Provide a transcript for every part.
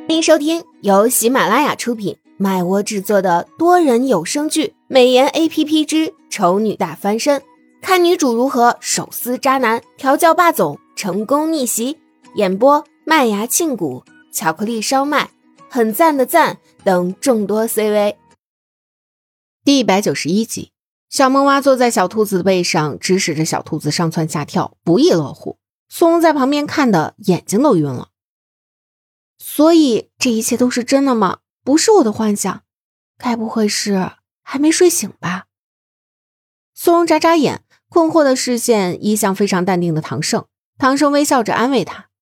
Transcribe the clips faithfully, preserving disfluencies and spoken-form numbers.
欢迎收听由喜马拉雅出品麦窝制作的多人有声剧美颜 A P P 之丑女大翻身，看女主如何手撕渣男，调教霸总，成功逆袭。演播麦芽庆谷、巧克力烧麦、很赞的赞等众多 C V。 第一百九十一集，小萌娃坐在小兔子的背上，指使着小兔子上蹿下跳，不亦乐乎。苏荣在旁边看的眼睛都晕了。所以这一切都是真的吗？不是我的幻想，该不会是还没睡醒吧？苏荣眨眨眼，困惑的视线移向非常淡定的唐胜。唐胜微笑着安慰他，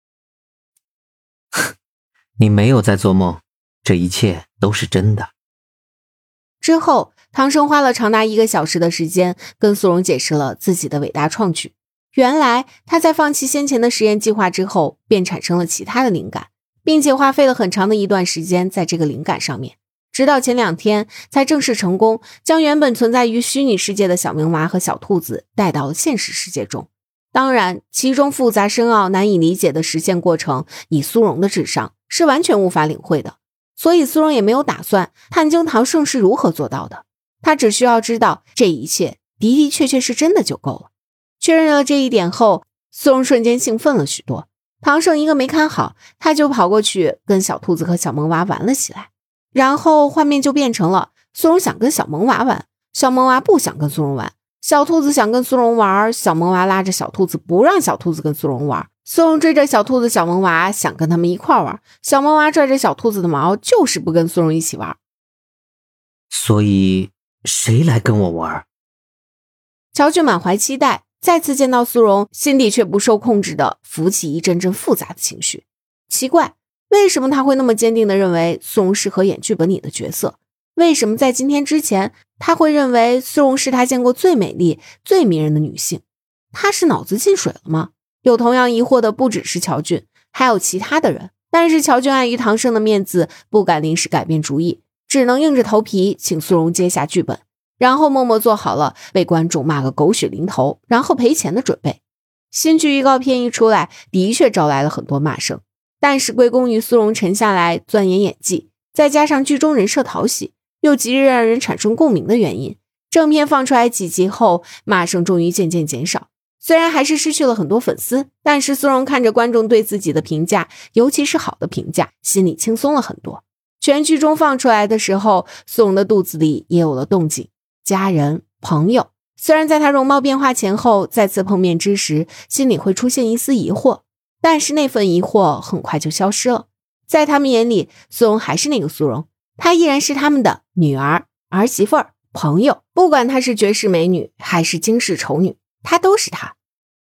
你没有在做梦，这一切都是真的。 之后唐胜花了长达一个小时的时间跟苏荣解释了自己的伟大创举。原来他在放弃先前的实验计划之后，便产生了其他的灵感，并且花费了很长的一段时间在这个灵感上面，直到前两天才正式成功将原本存在于虚拟世界的小萌娃和小兔子带到了现实世界中。当然其中复杂深奥难以理解的实现过程，以苏荣的智商是完全无法领会的，所以苏荣也没有打算探究唐胜是如何做到的，他只需要知道这一切的的确确是真的就够了。确认了这一点后，苏荣瞬间兴奋了许多。唐胜一个没看好，他就跑过去跟小兔子和小萌娃玩了起来。然后画面就变成了苏荣想跟小萌娃玩，小萌娃不想跟苏荣玩，小兔子想跟苏荣玩，小萌娃拉着小兔子不让小兔子跟苏荣玩，苏荣追着小兔子小萌娃想跟他们一块玩，小萌娃拽着小兔子的毛就是不跟苏荣一起玩。 所以谁来跟我玩？ 乔俊满怀期待，再次见到苏荣，心里却不受控制地浮起一阵阵复杂的情绪。奇怪，为什么他会那么坚定地认为苏荣适合演剧本里的角色？为什么在今天之前，他会认为苏荣是他见过最美丽、最迷人的女性？他是脑子进水了吗？有同样疑惑的不只是乔俊，还有其他的人。但是乔俊碍于唐胜的面子，不敢临时改变主意，只能硬着头皮请苏荣接下剧本。然后默默做好了被观众骂个狗血淋头，然后赔钱的准备。新剧预告片一出来，的确招来了很多骂声，但是归功于苏荣沉下来钻研演技，再加上剧中人设讨喜，又极日让人产生共鸣的原因，正片放出来几集后，骂声终于渐渐减少。虽然还是失去了很多粉丝，但是苏荣看着观众对自己的评价，尤其是好的评价，心里轻松了很多。全剧中放出来的时候，苏荣的肚子里也有了动静。家人、朋友，虽然在他容貌变化前后再次碰面之时，心里会出现一丝疑惑，但是那份疑惑很快就消失了。在他们眼里，苏荣还是那个苏荣，她依然是他们的女儿、儿媳妇儿、朋友，不管她是绝世美女还是惊世丑女，她都是她。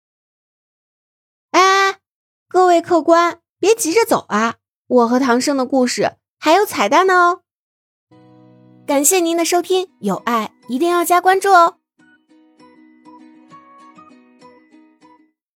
哎，各位客官，别急着走啊，我和唐胜的故事还有彩蛋呢哦。感谢您的收听，有爱一定要加关注哦。